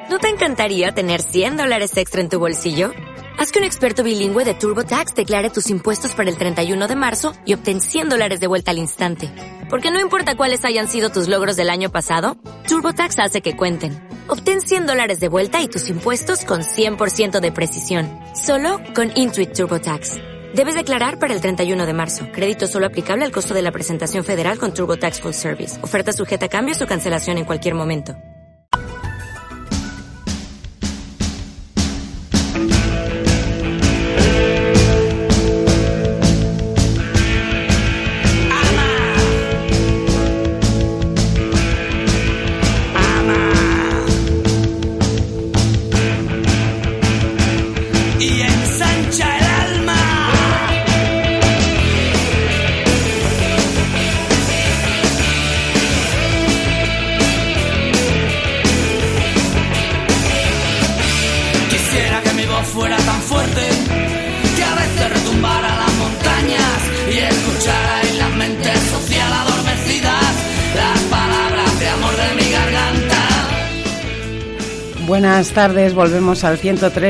¿No te encantaría tener $100 extra en tu bolsillo? Haz que un experto bilingüe de TurboTax declare tus impuestos para el 31 de marzo y obtén $100 de vuelta al instante. Porque no importa cuáles hayan sido tus logros del año pasado, TurboTax hace que cuenten. Obtén $100 de vuelta y tus impuestos con 100% de precisión. Solo con Intuit TurboTax. Debes declarar para el 31 de marzo. Crédito solo aplicable al costo de la presentación federal con TurboTax Full Service. Oferta sujeta a cambios o cancelación en cualquier momento. Fuera tan fuerte que a veces retumbara las montañas y escuchara en las mentes social adormecidas las palabras de amor de mi garganta. Buenas tardes, volvemos al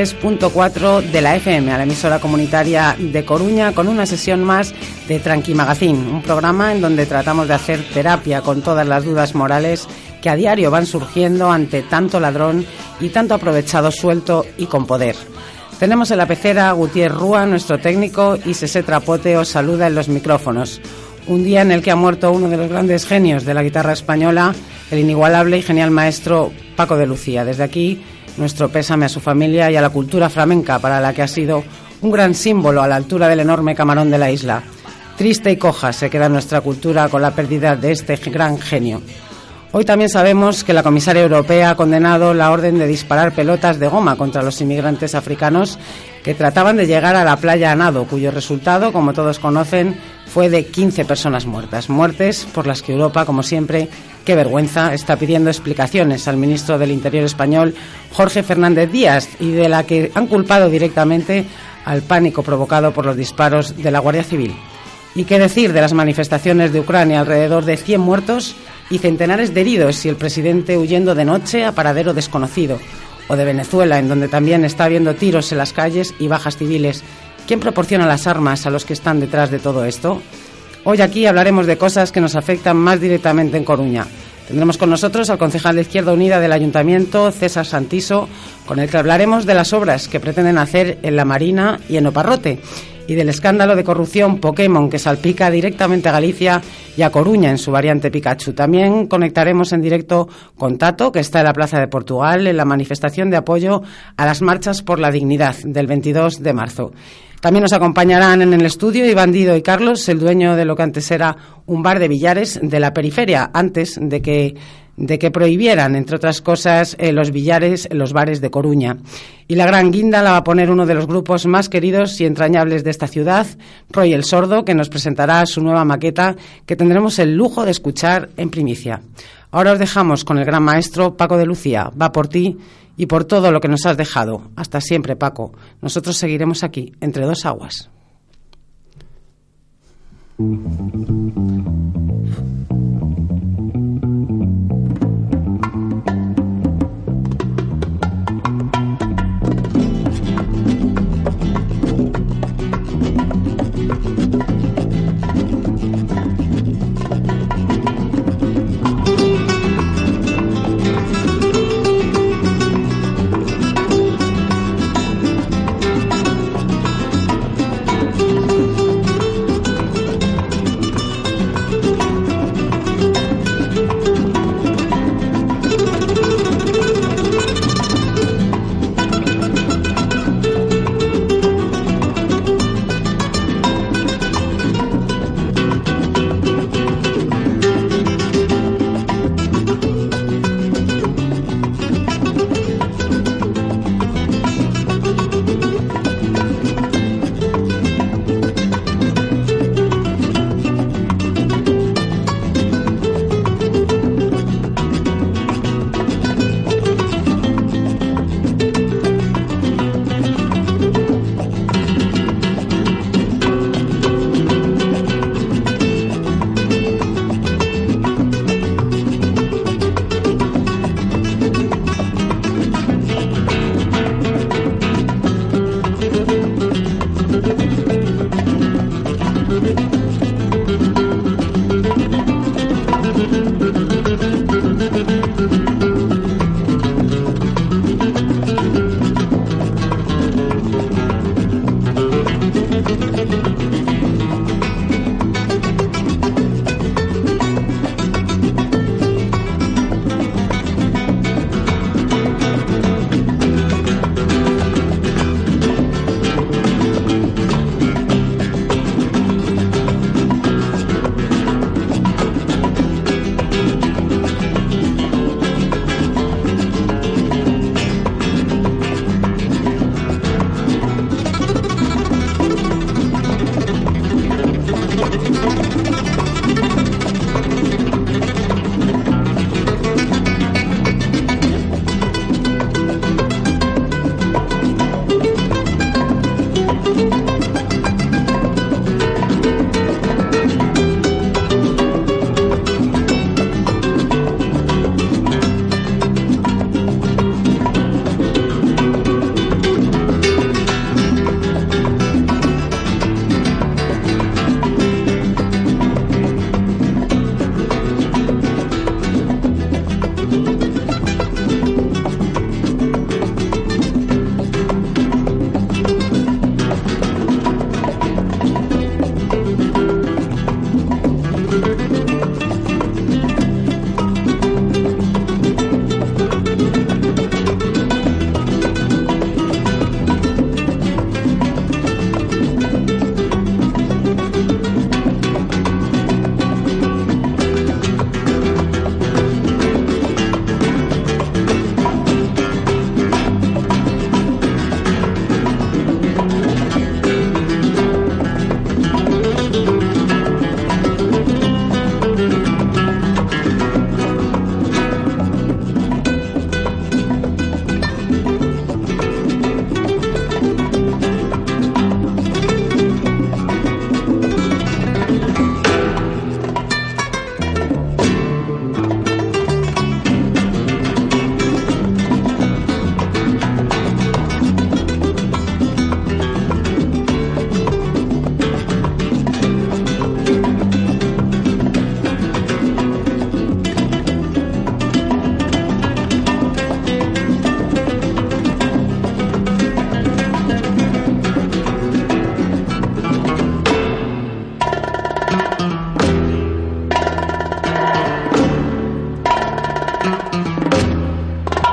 103.4 de la FM, a la emisora comunitaria de Coruña, con una sesión más de Tranqui Magazine, un programa en donde tratamos de hacer terapia con todas las dudas morales que a diario van surgiendo ante tanto ladrón y tanto aprovechado suelto y con poder. Tenemos en la pecera a Gutiérrez Rúa, nuestro técnico, y Sese Trapote os saluda en los micrófonos. Un día en el que ha muerto uno de los grandes genios de la guitarra española, el inigualable y genial maestro Paco de Lucía. Desde aquí, nuestro pésame a su familia y a la cultura flamenca, para la que ha sido un gran símbolo a la altura del enorme camarón de la isla. Triste y coja se queda nuestra cultura con la pérdida de este gran genio. Hoy también sabemos que la comisaria europea ha condenado la orden de disparar pelotas de goma contra los inmigrantes africanos que trataban de llegar a la playa a nado, cuyo resultado, como todos conocen, fue de 15 personas muertas. Muertes por las que Europa, como siempre, qué vergüenza, está pidiendo explicaciones al ministro del Interior español, Jorge Fernández Díaz, y de la que han culpado directamente al pánico provocado por los disparos de la Guardia Civil. ¿Y qué decir de las manifestaciones de Ucrania? Alrededor de 100 muertos y centenares de heridos, y el presidente huyendo de noche a paradero desconocido. O de Venezuela, en donde también está habiendo tiros en las calles y bajas civiles. ¿Quién proporciona las armas a los que están detrás de todo esto? Hoy aquí hablaremos de cosas que nos afectan más directamente en Coruña. Tendremos con nosotros al concejal de Izquierda Unida del Ayuntamiento, César Santiso, con el que hablaremos de las obras que pretenden hacer en La Marina y en Oparrote, y del escándalo de corrupción Pokémon que salpica directamente a Galicia y a Coruña en su variante Pikachu. También conectaremos en directo con Tato, que está en la Plaza de Portugal, en la manifestación de apoyo a las marchas por la dignidad del 22 de marzo. También nos acompañarán en el estudio Iván Dido y Carlos, el dueño de lo que antes era un bar de billares de la periferia, antes de que prohibieran, entre otras cosas, los billares en los bares de Coruña. Y la gran guinda la va a poner uno de los grupos más queridos y entrañables de esta ciudad, Roy el Sordo, que nos presentará su nueva maqueta, que tendremos el lujo de escuchar en primicia. Ahora os dejamos con el gran maestro Paco de Lucía. Va por ti y por todo lo que nos has dejado. Hasta siempre, Paco. Nosotros seguiremos aquí, entre dos aguas.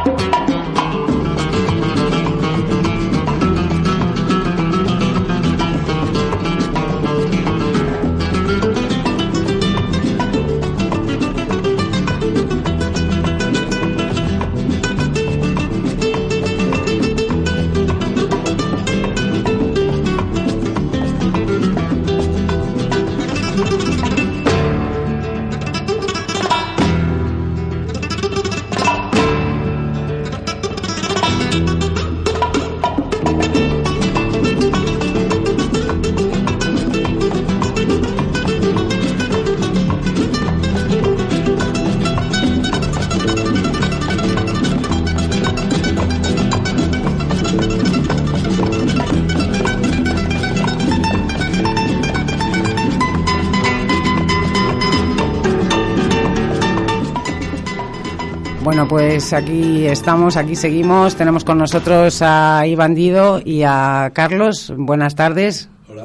Bueno, pues aquí estamos, aquí seguimos. Tenemos con nosotros a Iván Dido y a Carlos. Buenas tardes. Hola.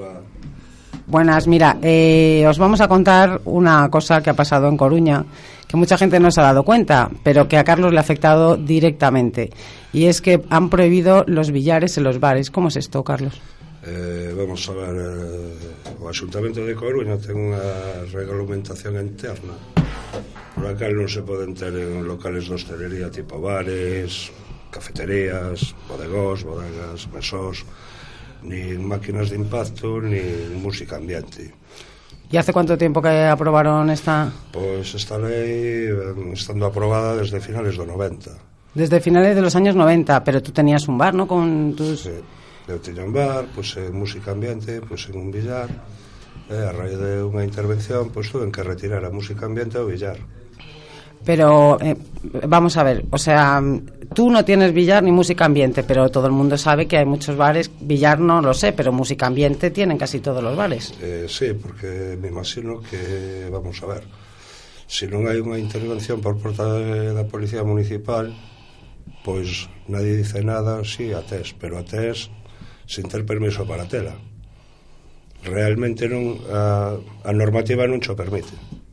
Buenas, mira, os vamos a contar una cosa que ha pasado en Coruña, que mucha gente no se ha dado cuenta, pero que a Carlos le ha afectado directamente. Y es que han prohibido los billares en los bares. ¿Cómo es esto, Carlos? Vamos a ver, o Ayuntamento de Coruña ten unha regulamentación interna. Por acá non se poden ter en locales de hostelería tipo bares, cafeterías, bodegas, mesós, ni máquinas de impacto, ni música ambiente. ¿Y hace cuánto tiempo que aprobaron esta? Pois esta lei estando aprobada desde finales do 90. Desde finales de los años 90, pero tú tenías un bar, ¿no? Con tus... Sí, eu tiña un bar, pois en música ambiente, pois en un billar, a raíz de unha intervención, pois tuve que retirar a música ambiente ao billar. Pero, vamos a ver, o sea, tú no tienes billar ni música ambiente, pero todo el mundo sabe que hay muchos bares, billar no lo sé, pero música ambiente tienen casi todos los bares. Sí, porque me imagino que, vamos a ver, se non hai unha intervención por parte da Policía Municipal, pois nadie dice nada, sí, a tes, pero a tes sin ter permiso para tela. Realmente non, a normativa non xo permite.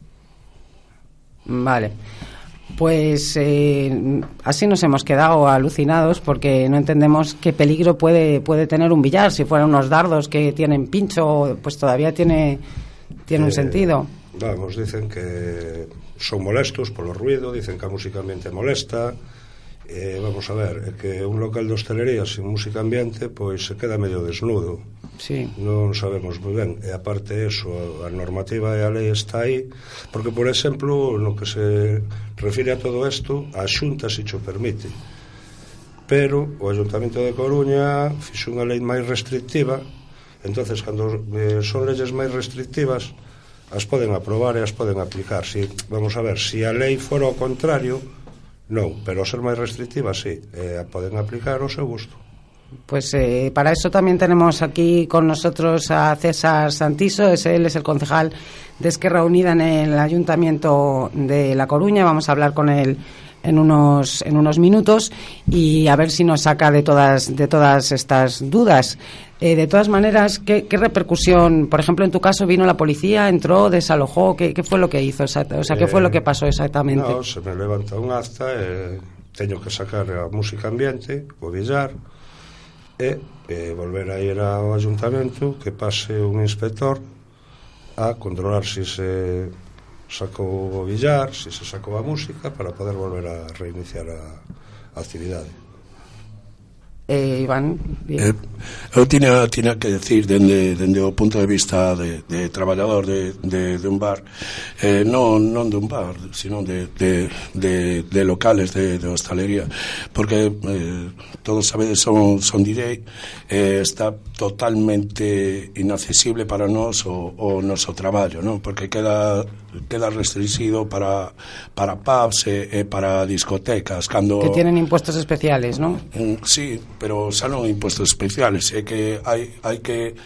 Vale, pues así nos hemos quedado alucinados porque no entendemos qué peligro puede tener un billar. Si fueran unos dardos que tienen pincho, pues todavía tiene un sentido. Vamos, dicen que son molestos polo ruido, dicen que a música ambiente molesta. Vamos a ver, é que un local de hostelería sin música ambiente pois se queda medio desnudo. Sí. Non sabemos moi ben. E aparte eso, a normativa e a lei está aí, porque, por exemplo, no que se refire a todo isto, a Xunta se xo permite. Pero o Ayuntamento de Coruña fixo unha lei máis restrictiva, entonces cando son leyes máis restrictivas as poden aprobar e as poden aplicar. Si, vamos a ver, si a lei fora o contrario, non, pero ser máis restrictiva, sí, poden aplicar ao seu gusto. Pues para eso también tenemos aquí con nosotros a César Santiso, él es el concejal de Esquerra Unida en el Ayuntamiento de La Coruña. Vamos a hablar con él en unos minutos y a ver si nos saca de todas estas dudas. De todas maneras, ¿qué repercusión, por ejemplo, en tu caso vino la policía, entró, desalojó, qué fue lo que hizo? O sea, ¿qué fue lo que pasó exactamente? No, se me levanta un acta teño que sacar a música ambiente, o billar, e volver a ir ao Ayuntamento, que pase un inspector a controlar si se sacou o billar, si se sacou a música, para poder volver a reiniciar a actividade. Iván, eu tiña que decir dende o punto de vista de traballador de un bar, non de un bar, sino de locales de hostalería, porque todos sabedes, son DJ, está totalmente inaccesible para nós o noso traballo, non? Porque queda restringido para pubs e para discotecas, cando que tienen impuestos especiales, ¿no? Sí, pero xa non impuestos especiales, é que hai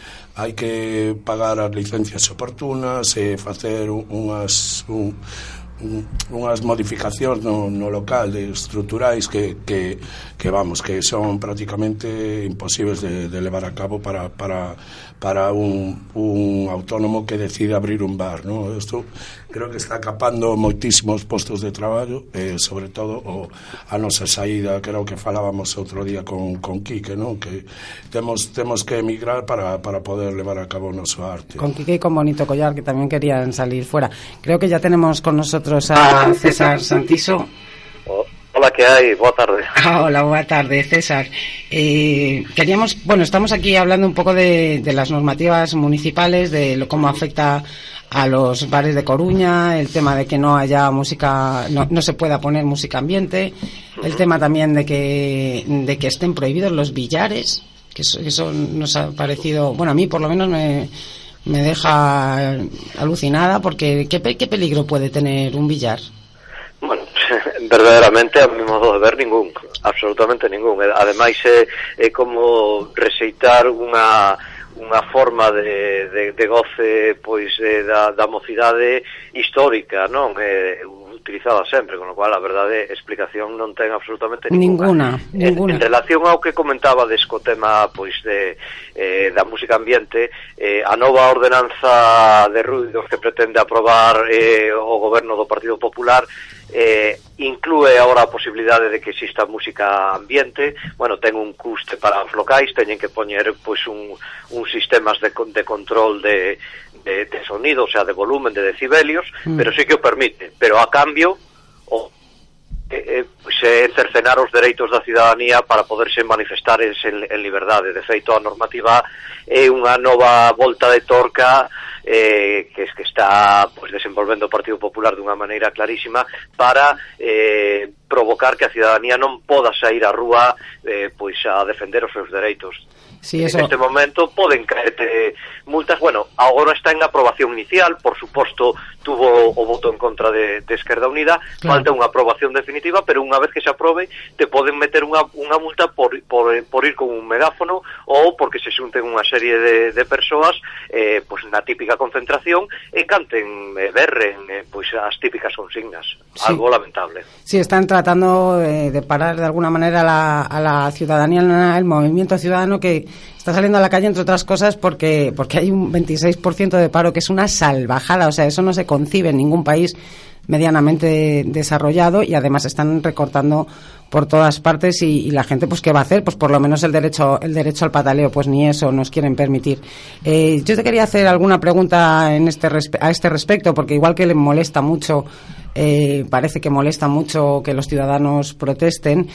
que pagar as licencias oportunas e facer unhas modificacións no local estruturais que son prácticamente imposibles de levar a cabo para un autónomo que decide abrir un bar, ¿no? Isto creo que está capando moitísimos postos de traballo, sobre todo a nosa saída, creo que falábamos outro día con Quique, ¿no? Que temos que emigrar para poder levar a cabo o noso arte. Con Quique y con Bonito Collar, que también querían salir fuera. Creo que ya tenemos con nosotros a César Santiso. Hola, ¿qué hay? Boa tarde. Hola, boa tarde, César. Estamos aquí hablando un poco de las normativas municipales, de cómo afecta a los bares de Coruña, el tema de que no haya música, no se pueda poner música ambiente, el tema también de que estén prohibidos los billares, que eso nos ha parecido, bueno, a mí por lo menos me deja alucinada, porque ¿qué peligro puede tener un billar? Bueno, verdadeiramente, a mi modo de ver, ningún, absolutamente ningún. Ademais, é como rexeitar unha forma de goce, pois, da mocidade histórica, non? Utilizada sempre, con lo cual a verdade explicación non ten absolutamente ninguna. En relación ao que comentaba desco tema, pois, da música ambiente, a nova ordenanza de ruidos que pretende aprobar o goberno do Partido Popular inclúe agora a posibilidade de que exista música ambiente. Bueno, ten un custe para os locais, teñen que poñer pois un sistemas de control de sonido, o sea, de volumen, de decibelios, pero sí que o permite, pero a cambio cercenar os dereitos da cidadanía para poderse manifestar en liberdade. De feito, a normativa é unha nova volta de torca que está pois desenvolvendo o Partido Popular dunha maneira clarísima para provocar que a cidadanía non poda sair á rúa pois a defender os seus dereitos. Sí, eso. En este momento poden caerte multas. Bueno, agora está en aprobación inicial, por suposto tuvo o voto en contra de Esquerda Unida, claro. Falta unha aprobación definitiva, pero unha vez que se aprobe te poden meter unha multa por ir con un megáfono ou porque se xunten unha serie de persoas pois na típica concentración e canten, berren pois as típicas consignas. Sí. Algo lamentable. Sí, están tratando de parar de alguna manera a la ciudadanía, el movimiento ciudadano que está saliendo a la calle, entre otras cosas, porque hay un 26% de paro, que es una salvajada. O sea, eso no se concibe en ningún país medianamente desarrollado, y además están recortando por todas partes y la gente, pues, ¿qué va a hacer? Pues por lo menos el derecho al pataleo, pues ni eso nos quieren permitir. Yo te quería hacer alguna pregunta a este respecto, porque igual que le molesta mucho, parece que molesta mucho que los ciudadanos protesten,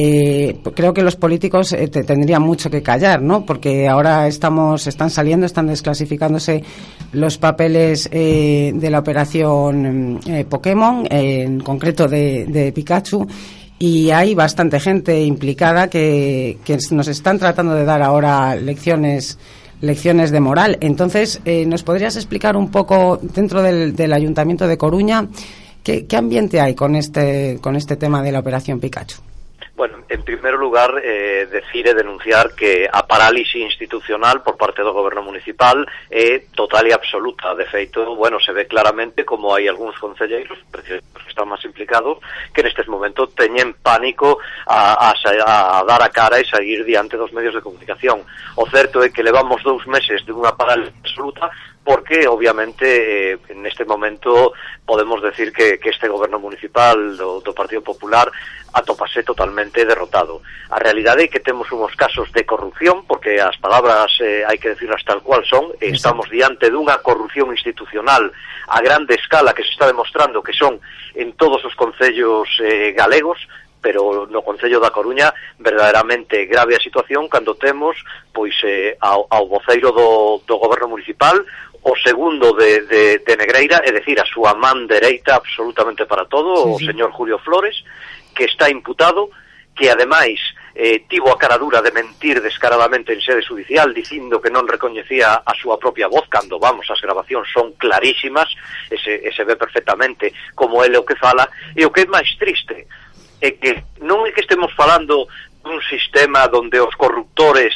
creo que los políticos tendrían mucho que callar, ¿no? Porque ahora están desclasificándose los papeles de la operación Pokémon, en concreto de Pikachu, y hay bastante gente implicada que nos están tratando de dar ahora lecciones de moral. Entonces, ¿nos podrías explicar un poco, dentro del Ayuntamiento de Coruña, qué ambiente hay con este tema de la operación Pikachu? Bueno, en primer lugar, decir e denunciar que a parálise institucional por parte do goberno municipal é total e absoluta. De feito, bueno, se ve claramente como hai algúns concelleiros que están máis implicados que nestes momentos teñen pánico a dar a cara e sair diante dos medios de comunicación. O certo é que levamos 2 meses de unha parálise absoluta, porque obviamente neste momento podemos decir que este goberno municipal do Partido Popular atópase totalmente derrotado. A realidade é que temos uns casos de corrupción, porque as palabras hai que decirlas tal cual son, estamos diante dunha corrupción institucional a grande escala que se está demostrando que son en todos os concellos galegos, pero no Concello da Coruña verdadeiramente grave a situación cando temos pois ao voceiro do goberno municipal, o segundo de Negreira, é dicir, a súa man dereita absolutamente para todo, o señor Julio Flores, que está imputado, que ademais tivo a cara dura de mentir descaradamente en sede judicial dicindo que non recoñecía a súa propia voz, cando vamos, as grabacións son clarísimas e se ve perfectamente como ele o que fala. E o que é máis triste é que non é que estemos falando dun sistema donde os corruptores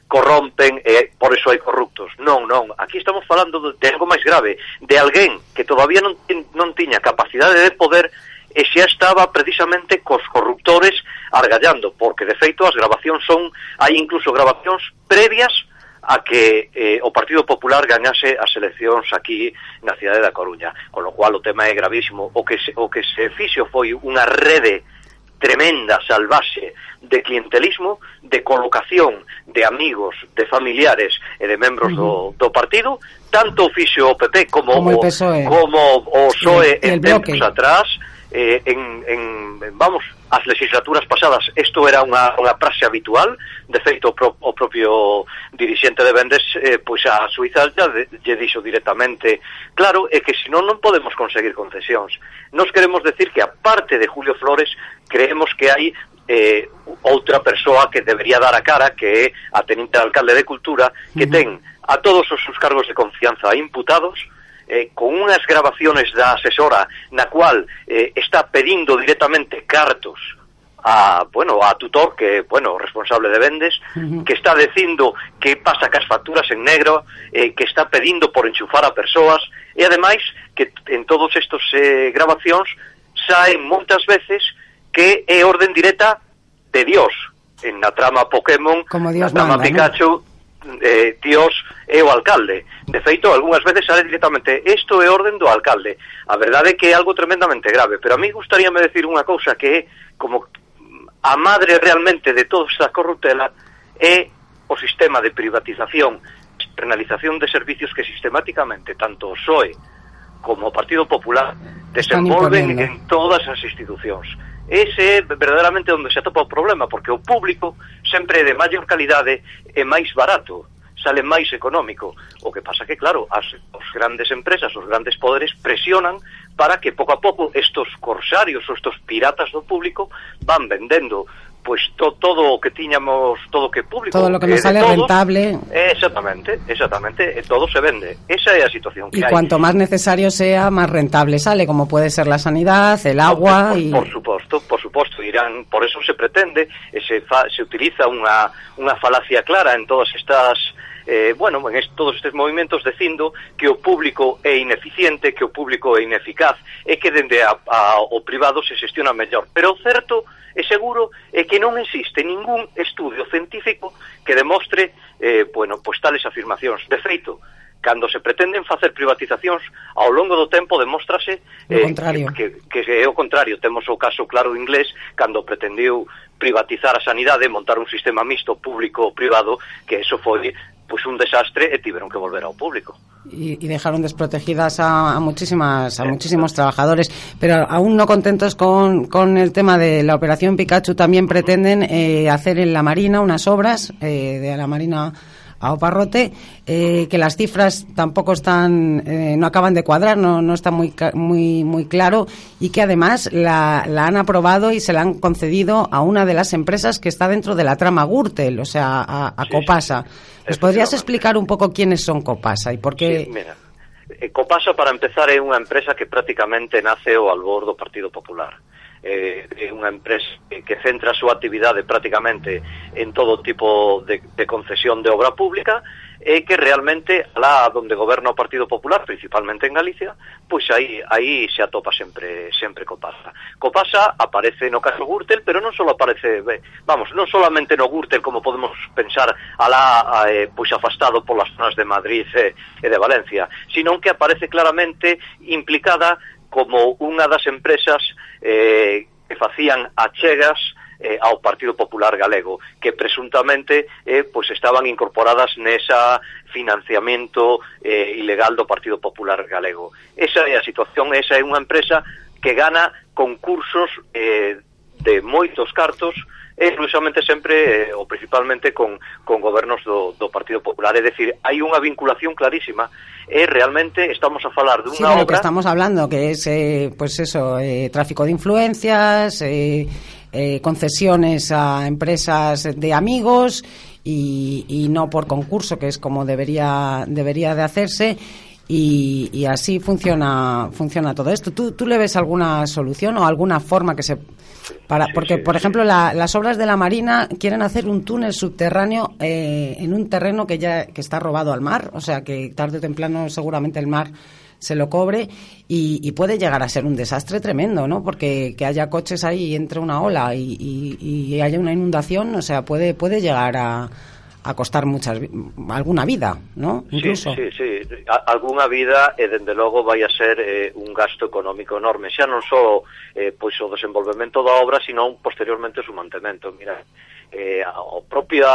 corrompen e por eso hai corruptos. Non, aquí estamos falando de algo máis grave, de alguén que todavía non tiña capacidade de poder e xa estaba precisamente cos corruptores argallando, porque de feito as grabacións hai incluso grabacións previas a que o Partido Popular gañase as eleccións aquí na cidade da Coruña, con lo cual o tema é gravísimo. O que se fixo foi unha rede tremenda, salvaxe, de clientelismo, de colocación de amigos, de familiares e de membros do partido, tanto o fixo o PP como o PSOE, como o PSOE en tempos atrás. Vamos, as legislaturas pasadas isto era unha praxe habitual. De feito o propio dirixente de Vendes pois a Suiza lle dixo directamente claro, é que senón non podemos conseguir concesións. Nos queremos decir que aparte de Julio Flores creemos que hai outra persoa que debería dar a cara, que é a teniente alcalde de Cultura, que ten a todos os seus cargos de confianza imputados, con unhas grabaciones da asesora na cual está pedindo directamente cartos a tutor, que responsable de Vendes, que está dicindo que pasa cas facturas en negro, que está pedindo por enchufar a persoas, e ademais que en todos estos grabacións saen moitas veces que é orden directa de Dios. En na trama Pokémon, na trama Pikachu, Dios é o alcalde. De feito, algunhas veces sale directamente isto é orden do alcalde. A verdade é que é algo tremendamente grave, pero a mí gustaríame decir unha cousa que é como a madre realmente de toda esta corruptela é o sistema de privatización, externalización de servicios que sistemáticamente tanto o PSOE como o Partido Popular desenvolven en todas as institucións. Ese é verdadeiramente onde se atopa o problema, porque o público sempre é de maior calidade e máis barato, sale máis económico. O que pasa que, claro, as grandes empresas, os grandes poderes presionan para que pouco a pouco estos corsarios ou estos piratas do público van vendendo pois todo o que tiñamos, todo o que público, todo lo que nos sale rentable. Exactamente, todo se vende. Esa é a situación que hai. Y cuanto más necesario sea, más rentable sale, como puede ser la sanidad, el agua y... Por suposto, Irán, por eso se pretende, se utiliza unha falacia clara en todas estas... en todos estes movimentos dicindo que o público é ineficiente, que o público é ineficaz e que dende o privado se xestiona mellor. Pero o certo e seguro é que non existe ningún estudio científico que demostre tales afirmacións. De feito, cando se pretenden facer privatizacións, ao longo do tempo demóstrase que é o contrario. Temos o caso claro inglés, cando pretendiu privatizar a sanidade, montar un sistema mixto público-privado, que eso foi un desastre e tiveron que volver ao público. Y dejaron desprotegidas a muchísimos trabajadores. Pero aún no contentos con el tema de la operación Pikachu, también pretenden hacer en la Marina unas obras de la Marina a Oparrote, que las cifras tampoco están, no acaban de cuadrar, no está muy claro, y que además la han aprobado y se la han concedido a una de las empresas que está dentro de la trama Gürtel, o sea, a Copasa. ¿Nos podrías explicar un poco quiénes son Copasa y por qué? Sí, mira, Copasa, para empezar, é unha empresa que prácticamente nace ao albor do Partido Popular. É unha empresa que centra a súa actividade prácticamente en todo tipo de concesión de obra pública, e que realmente lá donde goberna o Partido Popular, principalmente en Galicia, pois aí se atopa sempre Copasa. Copasa aparece no caso Gürtel, pero non só aparece, non solamente no Gürtel, como podemos pensar alá afastado polas zonas de Madrid e de Valencia, sino que aparece claramente implicada como unha das empresas que facían achegas ao Partido Popular Galego, que presuntamente estaban incorporadas nesa financiamento ilegal do Partido Popular Galego. Esa é a situación, esa é unha empresa que gana concursos de moitos cartos, exclusivamente sempre ou principalmente con gobernos do Partido Popular. É dicir, hai unha vinculación clarísima e realmente estamos a falar de unha obra... Sí, de lo que estamos hablando, que es tráfico de influencias, concesiones a empresas de amigos y no por concurso, que es como debería de hacerse. y así funciona todo esto. ¿Tú le ves alguna solución o alguna forma que se... porque, por ejemplo, las obras de la Marina quieren hacer un túnel subterráneo en un terreno que está robado al mar, o sea que tarde o temprano seguramente el mar se lo cobre y puede llegar a ser un desastre tremendo, ¿no? Porque que haya coches ahí y entre una ola y haya una inundación, o sea, puede llegar a costar alguna vida, ¿no? Incluso. Sí. Alguna vida dende logo vai a ser un gasto económico enorme, xa non só pois o desenvolvemento da obra, sino posteriormente o seu mantemento. Mira, o propio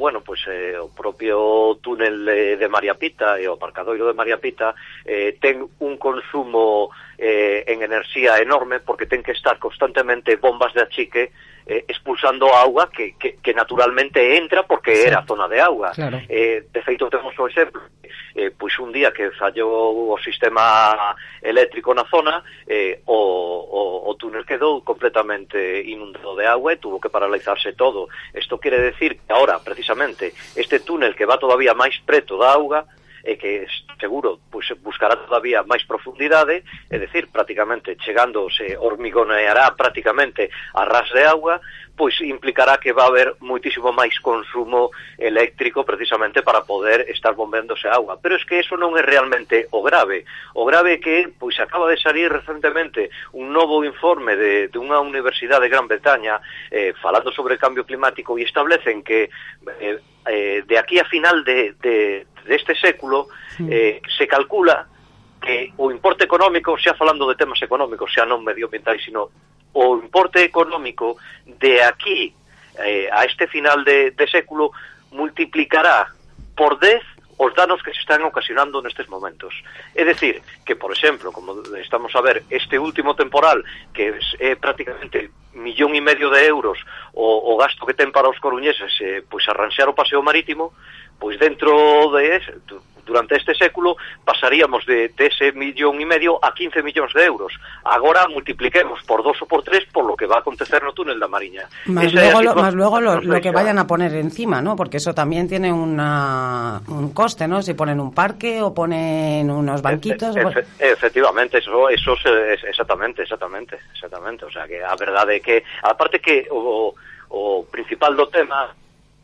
túnel de María Pita e o aparcadoiro de María Pita ten un consumo en enerxía enorme, porque ten que estar constantemente bombas de achique expulsando auga que naturalmente entra porque era zona de auga. Claro. De feito, temos o exemplo, pois un día que fallou o sistema eléctrico na zona, o túnel quedou completamente inundado de agua e tuvo que paralizarse todo. Isto quere decir que ahora, precisamente, este túnel que va todavía máis preto da auga, e que seguro pois buscará todavía máis profundidade, é dicir, prácticamente chegando, se hormigoneará prácticamente a ras de auga, pois implicará que va a haber moitísimo máis consumo eléctrico precisamente para poder estar bombeándose agua. Pero es que eso non é realmente o grave. O grave é que pois acaba de salir recentemente un novo informe de unha universidade de Gran Bretaña falando sobre o cambio climático, e establecen que de aquí a final de este século se calcula que o importe económico, xa falando de temas económicos, xa non medioambientais, sino o importe económico de aquí a este final de século multiplicará por 10 os danos que se están ocasionando nestes momentos. É dicir, que, por exemplo, como estamos a ver, este último temporal, que é prácticamente 1,5 millón de euros o gasto que ten para os coruñeses pois arranxar o paseo marítimo, pois dentro de durante este século pasaríamos de ese 1,5 millón a 15 millóns de euros. Agora multipliquemos por 2 ou por 3 por lo que va a acontecer no túnel da Mariña. Más luego lo que vayan a poner encima, ¿no? Porque eso también tiene un coste, ¿no? Si ponen un parque o ponen unos banquitos. Efectivamente, eso es exactamente. O sea, que a verdade é que, aparte que o principal do tema...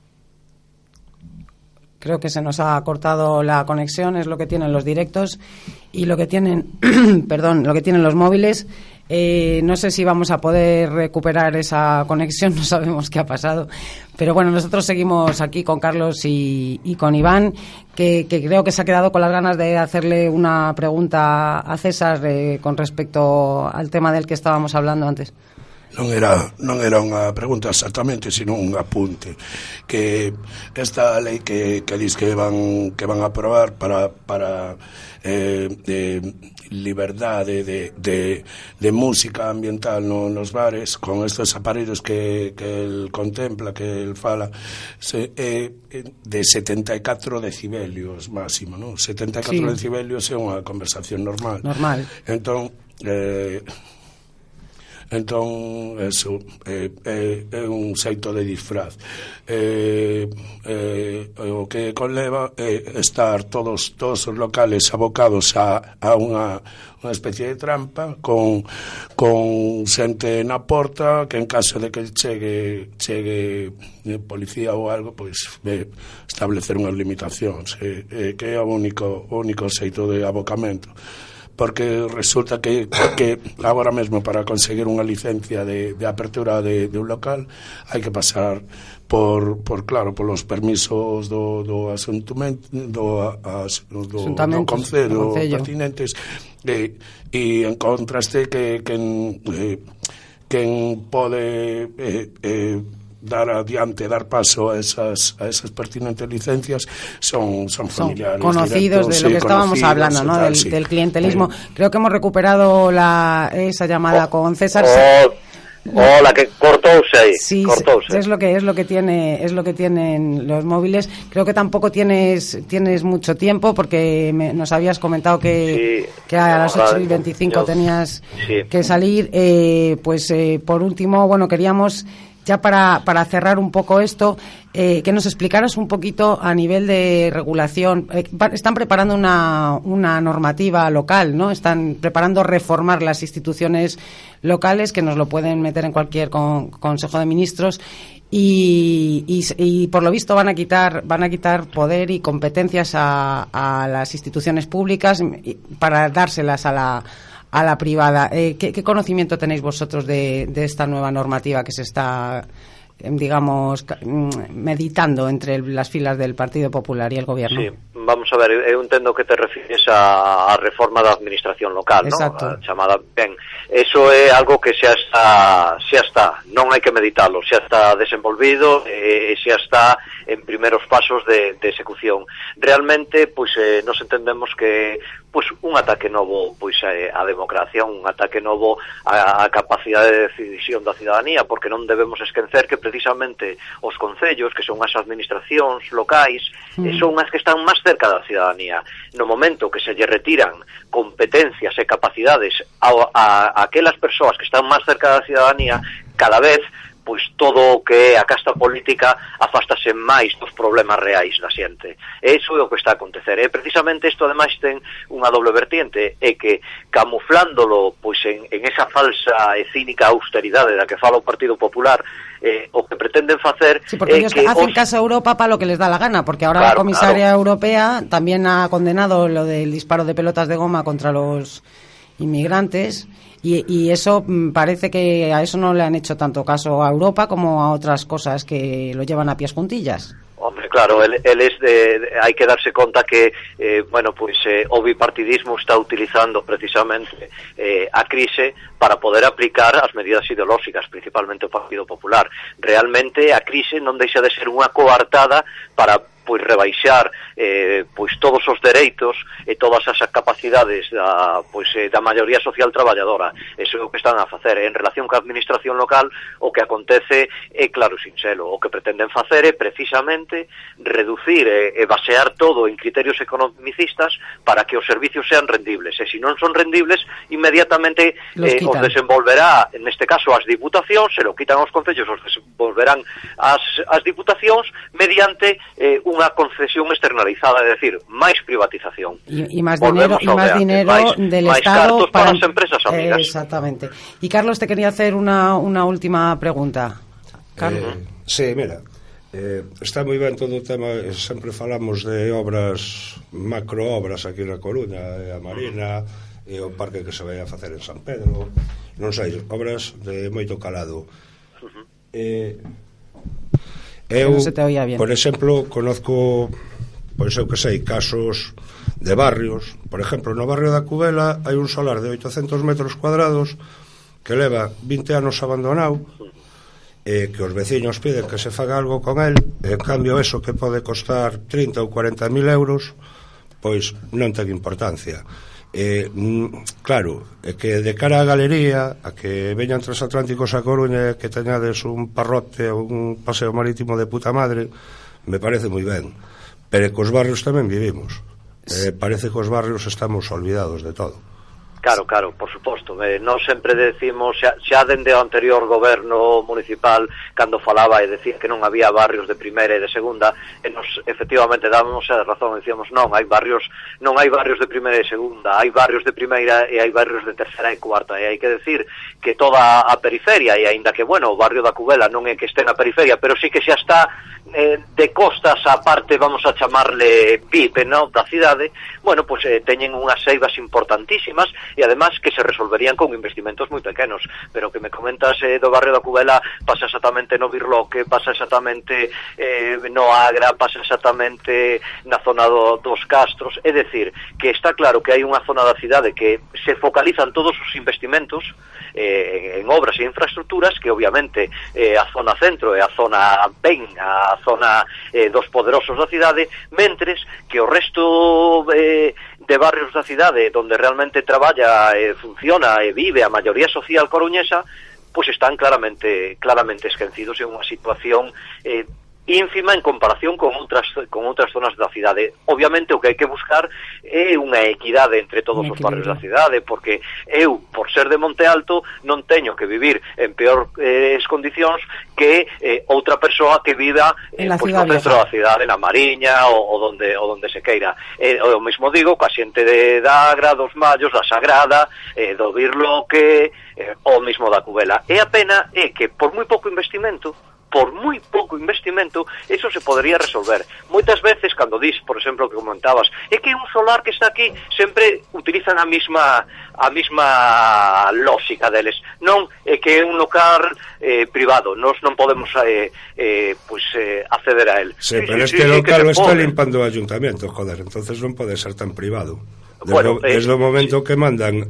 Creo que se nos ha cortado la conexión, es lo que tienen los directos y lo que tienen, lo que tienen los móviles. No sé si vamos a poder recuperar esa conexión, no sabemos qué ha pasado. Pero bueno, nosotros seguimos aquí con Carlos y con Iván, que creo que se ha quedado con las ganas de hacerle una pregunta a César con respecto al tema del que estábamos hablando antes. Non era unha pregunta exactamente, sino un apunte, que esta lei que dis que van a aprobar para liberdade de música ambiental nos bares, con estes aparellos que el contempla, que el fala, de 74 decibelios máximo, non? 74 sí. Decibelios é unha conversación normal. Entón, eso é un xeito de disfraz. O que conleva é estar todos os locales abocados a unha especie de trampa con xente na porta, que en caso de que chegue policía ou algo, pois establecer unhas limitacións, que é o único xeito de abocamento. Porque resulta que agora mesmo para conseguir unha licencia de apertura de un local hai que pasar por los permisos do concello pertinentes, e en contraste que quen pode dar paso a esas pertinentes licencias son familiares conocidos, de lo que estábamos hablando, ¿no? Del clientelismo. Creo que hemos recuperado esa llamada con César. Hola, que cortouse aí. Sí, es lo que tienen los móviles. Creo que tampoco tienes mucho tiempo, porque nos habías comentado que a las 8:25 tenías que salir. Por último, bueno, queríamos Ya para cerrar un poco esto, que nos explicaras un poquito a nivel de regulación. Están preparando una normativa local, ¿no? Están preparando reformar las instituciones locales, que nos lo pueden meter en cualquier Consejo de Ministros, y por lo visto van a quitar poder y competencias a las instituciones públicas para dárselas a la privada. ¿Qué conocimiento tenéis vosotros de esta nueva normativa que se está, digamos, meditando entre las filas del Partido Popular y el Gobierno? Sí, vamos a ver, eu entendo que te refires a reforma da administración local, exacto, ¿no? A chamada, ben, eso é algo que xa está, non hai que meditalo, xa está desenvolvido e xa está en primeros pasos de execución. Realmente, pois, nos entendemos que pois un ataque novo pois á democracia, un ataque novo á capacidade de decisión da cidadanía, porque non debemos esquecer que precisamente os concellos, que son as administracións locais, son as que están máis cerca da cidadanía. No momento que se lle retiran competencias e capacidades a aquelas persoas que están máis cerca da cidadanía, cada vez pois todo o que é a casta política afástase máis dos problemas reais da xente. E iso é o que está a acontecer. E precisamente isto ademais ten unha doble vertiente, é que camuflándolo pois en esa falsa e cínica austeridade da que fala o Partido Popular, o que pretenden facer sí, porque ellos hacen caso a Europa para lo que les da la gana, porque ahora la comisaria europea también ha condenado lo del disparo de pelotas de goma contra los inmigrantes. Y eso parece que a eso no le han hecho tanto caso a Europa como a otras cosas que lo llevan a pies juntillas. Hombre, claro, él es hai que darse conta que, o bipartidismo está utilizando precisamente a crise para poder aplicar as medidas ideolóxicas, principalmente o Partido Popular. Realmente a crise non deixa de ser unha coartada para pois rebaixar pois todos os dereitos e todas as capacidades da maioría social traballadora. Eso é o que están a facer. En relación coa administración local, o que acontece é claro e sinxelo. O que pretenden facer é precisamente reducir e basear todo en criterios economicistas para que os servicios sean rendibles. E se non son rendibles, inmediatamente os desenvolverá, neste caso, as diputacións, se lo quitan os concellos, os desenvolverán as diputacións mediante unha concesión externalizada, é dicir, máis privatización. Y más dinero, del Estado para las empresas amigas. Exactamente. Y Carlos, te quería hacer una última pregunta. Carlos. Sí, mira, está moi ben todo o tema, sempre falamos de obras, macroobras aquí na Coruña, a Marina, e o parque que se vai a facer en San Pedro, non sei, obras de moito calado. Eu, por exemplo, conozco, pois eu que sei, casos de barrios. Por exemplo, no barrio da Cubela hai un solar de 800 metros cuadrados que leva 20 anos abandonado, que os veciños piden que se faga algo con el, e en cambio eso que pode costar 30 ou 40 mil euros, pois non ten importancia. Claro, é que de cara á galería, a que veñan transatlánticos a Coruña, que teñades un parrote ou un paseo marítimo de puta madre, me parece moi ben, pero que os barrios tamén vivimos. Parece que os barrios estamos olvidados de todo. Claro, por suposto. Nós sempre decimos, xa dende o anterior goberno municipal, cando falaba e decía que non había barrios de primeira e de segunda, e nos efectivamente dábamos a razón, decíamos non hai barrios de primeira e segunda, hai barrios de primeira e hai barrios de terceira e cuarta, e hai que decir que toda a periferia, e aínda que, o barrio da Cubela non é que este na periferia, pero sí que xa está de costas a parte, vamos a chamarle VIP, ¿no?, da cidade, teñen unhas eivas importantísimas e además que se resolverían con investimentos moi pequenos. Pero que me comentas do barrio da Cubela, pasa exactamente no Birloque, pasa exactamente no Agra, pasa exactamente na zona dos Castros. É dicir, que está claro que hai unha zona da cidade que se focalizan todos os investimentos en obras e infraestructuras, que obviamente a zona centro e a zona ben, a zona dos poderosos da cidade, mentres que o resto de barrios da cidade donde realmente traballa, funciona e vive a maioría social coruñesa, pois están claramente esquecidos en unha situación ínfima en comparación con outras zonas da cidade. Obviamente o que hai que buscar é unha equidade entre todos os barrios da cidade, porque eu, por ser de Monte Alto, non teño que vivir en peores condicións que outra persoa que viva pois, no centro da cidade, na Mariña ou donde se queira. O mesmo digo coa xente da Agra, dos Mallos, da Sagrada, do Birloque, o mesmo da Cubela. E a pena é que por moi pouco investimento, eso se podería resolver. Moitas veces, cando dis, por exemplo, que comentabas, é que un solar que está aquí sempre utilizan a mesma lógica deles. Non é que é un local privado, nós non podemos acceder a él. Sí, pero este local o está limpando o ayuntamiento, joder, entonces non pode ser tan privado. Desde o momento que mandan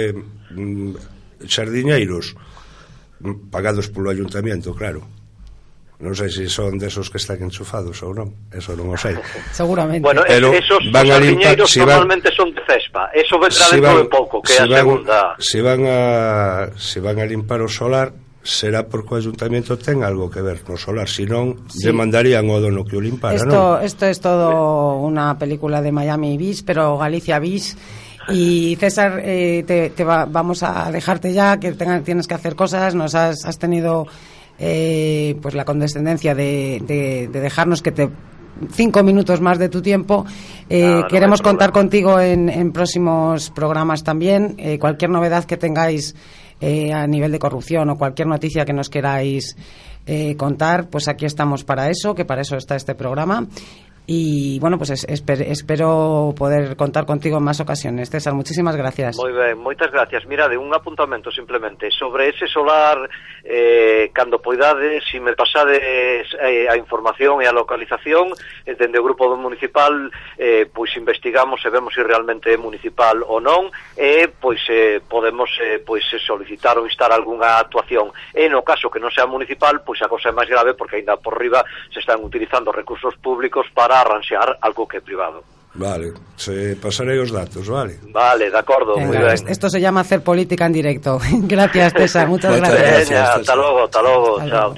xardiñeiros pagados polo ayuntamiento, claro. Non sei se son desos que están enchufados ou non, eso non o sei. Seguramente. Bueno, esos xardiñeiros normalmente son de cespa, eso vendrá dentro de pouco, que é a segunda. Se van a limpar o solar, será porque o ayuntamiento ten algo que ver no solar, senón demandarían o dono que o limpara, non? Esto es todo una película de Miami bis, pero Galicia bis. Y César, vamos a dejarte ya, que tienes que hacer cosas, nos has tenido pues la condescendencia de dejarnos 5 minutos más de tu tiempo. Queremos contar contigo en próximos programas también. Cualquier novedad que tengáis a nivel de corrupción o cualquier noticia que nos queráis contar, pues aquí estamos para eso, que para eso está este programa. Y bueno, pues espero poder contar contigo en más ocasiones. César, muchísimas gracias. Moi ben, moitas gracias. Mira, de un apuntamento simplemente sobre ese solar, cando poidades, se me pasades a información e a localización, dende o grupo municipal, pois investigamos e vemos se realmente é municipal ou non, e pois podemos solicitar ou instar algunha actuación. E no caso que non sea municipal, pois a cosa é máis grave, porque ainda por riba se están utilizando recursos públicos para arranxar algo que é privado. Vale, se pasarei os datos, vale? Vale, de acordo, moi ben. Esto se llama hacer política en directo. Gracias, César, muchas gracias. Hasta luego, chao.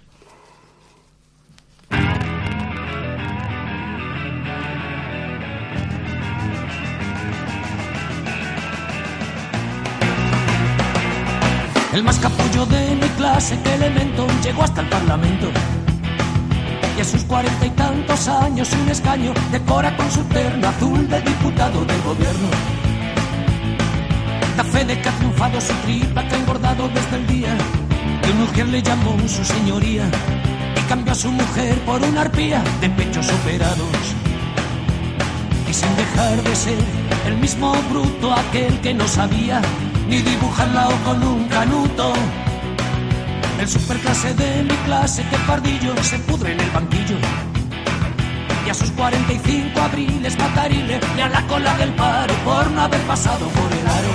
El más capullo de mi clase, que elemento, llegó hasta el Parlamento. Y a sus 40 y tantos años un escaño decora con su terno azul de diputado del gobierno. Da fe de que ha triunfado su tripa, que ha engordado desde el día que un mujer le llamó su señoría y cambió a su mujer por una arpía de pechos operados. Y sin dejar de ser el mismo bruto, aquel que no sabía ni dibujarla o con un canuto. El superclase de mi clase, que pardillo se pudre en el banquillo. Y a sus 45 abriles matarile le a la cola del paro por no haber pasado por el aro.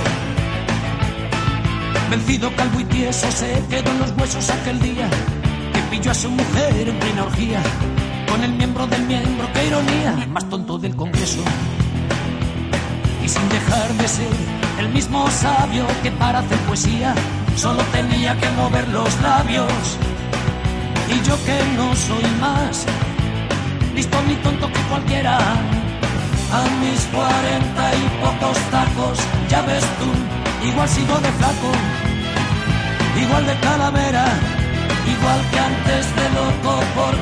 Vencido, calvo y tieso, se quedó en los huesos aquel día que pilló a su mujer en plena orgía con el miembro del miembro, qué ironía, más tonto del Congreso. Y sin dejar de ser el mismo sabio que para hacer poesía solo tenía que mover los labios. Y yo, que no soy más listo ni tonto que cualquiera, a mis 40 y pocos tacos, ya ves tú, igual sigo de flaco, igual de calavera, igual que antes de loco por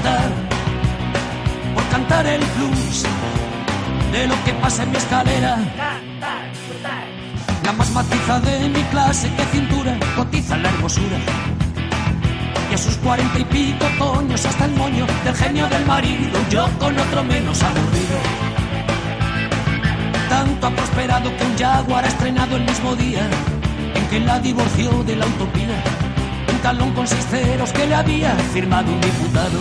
cantar el blues de lo que pasa en mi escalera. La más matiza de mi clase, que cintura cotiza la hermosura. Y a sus 40 y pico coños hasta el moño del genio del marido, yo con otro menos aburrido. Tanto ha prosperado que un Jaguar ha estrenado el mismo día en que la divorció de la utopía, un talón con 6 ceros que le había firmado un diputado.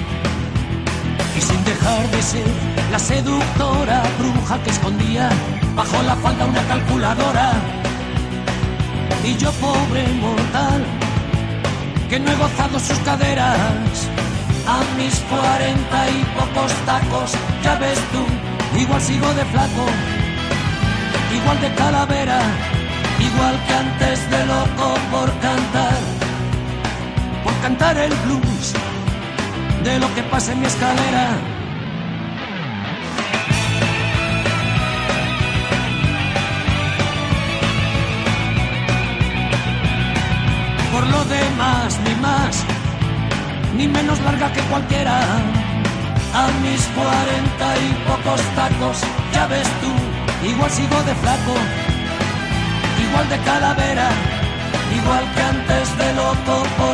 Y sin dejar de ser la seductora bruja que escondía bajo la falda una calculadora. Y yo, pobre mortal, que no he gozado sus caderas, a mis 40 y pocos tacos, ya ves tú, igual sigo de flaco, igual de calavera, igual que antes de loco por cantar el blues de lo que pasa en mi escalera. Por lo demás, ni más, ni menos larga que cualquiera. A mis 40 y pocos tacos, ya ves tú, igual sigo de flaco, igual de calavera, igual que antes de loco por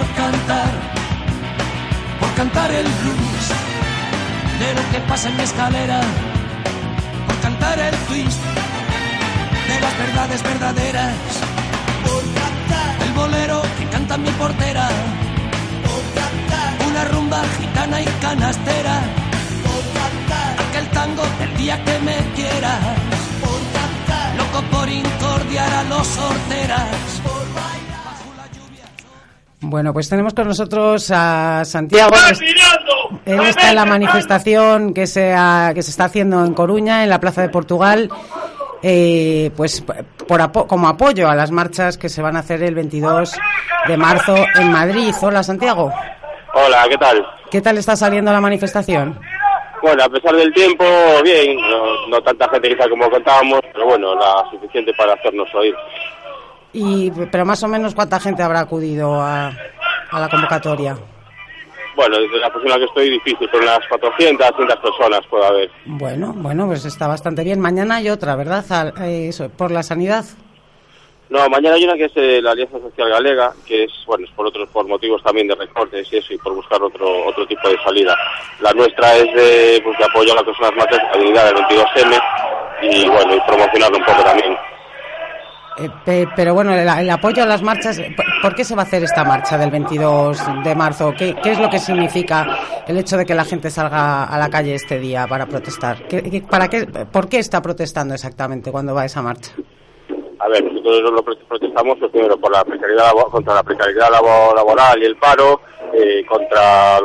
cantar el blues de lo que pasa en mi escalera, por cantar el twist de las verdades verdaderas, por cantar el bolero que canta mi portera, por cantar una rumba gitana y canastera, por cantar aquel tango del día que me quieras, por cantar loco por incordiar a los horteras, por bailar bajo la lluvia. Bueno, pues tenemos con nosotros a Santiago. Él está en la manifestación que se está haciendo en Coruña, en la Plaza de Portugal, pues como apoyo a las marchas que se van a hacer el 22 de marzo en Madrid. Hola, Santiago. Hola, ¿qué tal? ¿Qué tal está saliendo la manifestación? Bueno, a pesar del tiempo, bien, no tanta gente quizá como contábamos, pero bueno, la suficiente para hacernos oír. Pero más o menos, ¿cuánta gente habrá acudido a la convocatoria? Bueno, desde la persona que estoy difícil, pero unas 400, 500 personas puede haber. Bueno, pues está bastante bien. Mañana hay otra, ¿verdad? Por la sanidad. No, mañana hay una que es la Alianza Social Galega, que es, bueno, es por motivos también de recortes y eso, y por buscar otro tipo de salida. La nuestra es de apoyo a las personas más de la dignidad del 22M y, bueno, y promocionarlo un poco también. Pero bueno, el apoyo a las marchas, ¿por qué se va a hacer esta marcha del 22 de marzo? ¿Qué es lo que significa el hecho de que la gente salga a la calle este día para protestar? ¿Por qué está protestando exactamente cuando va a esa marcha? A ver, nosotros lo protestamos pues, primero por la precariedad, contra la precariedad laboral y el paro, contra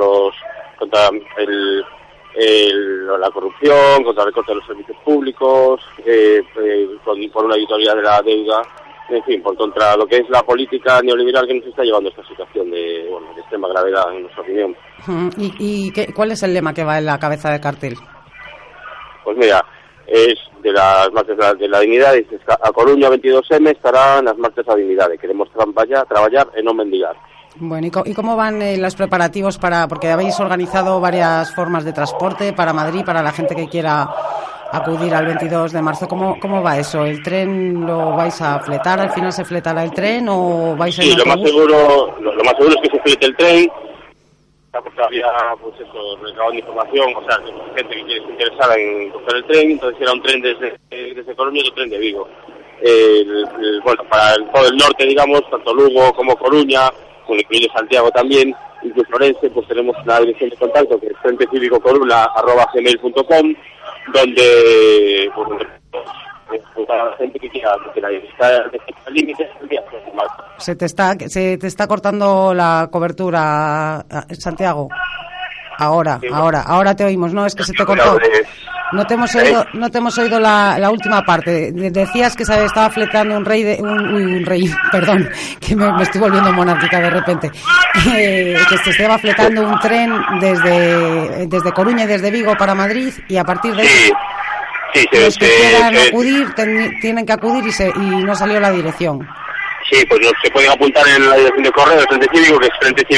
la corrupción, contra el recorte de los servicios públicos, por una auditoría de la deuda, en fin, contra lo que es la política neoliberal que nos está llevando a esta situación de extrema gravedad, en nuestra opinión. ¿Y cuál es el lema que va en la cabeza del cartel? Pues mira, es de las marchas de la dignidad, dice, a Coruña 22M estarán las marchas a dignidad, queremos trabajar y no mendigar. Bueno, ¿y cómo van los preparativos porque habéis organizado varias formas de transporte para Madrid, para la gente que quiera acudir al 22 de marzo? ¿Cómo va eso? ¿El tren lo vais a fletar? ¿Al final se fletará el tren o vais a ir en autobús? Lo más seguro es que se flete el tren. Todavía, pues eso, recabando información, o sea, gente que quiere interesada en coger el tren, entonces era un tren desde Coruña y otro tren de Vigo. Bueno, para todo el norte, digamos, tanto Lugo como Coruña, incluye Santiago también, incluso Florense, pues tenemos una dirección de contacto que es frentecívicocorula@gmail.com, donde para la gente que quiera está el límite el día. Se te está cortando la cobertura, Santiago. Ahora te oímos. No, es que se te cortó. No te hemos oído la última parte. Decías que se estaba fletando un rey, perdón, que me estoy volviendo monárquica de repente. Que se estaba fletando un tren desde Coruña y desde Vigo para Madrid, y a partir de ahí los que quieran acudir tienen que acudir y no salió la dirección. Sí, pues se pueden apuntar en la dirección de correo del Frente Cívico, que es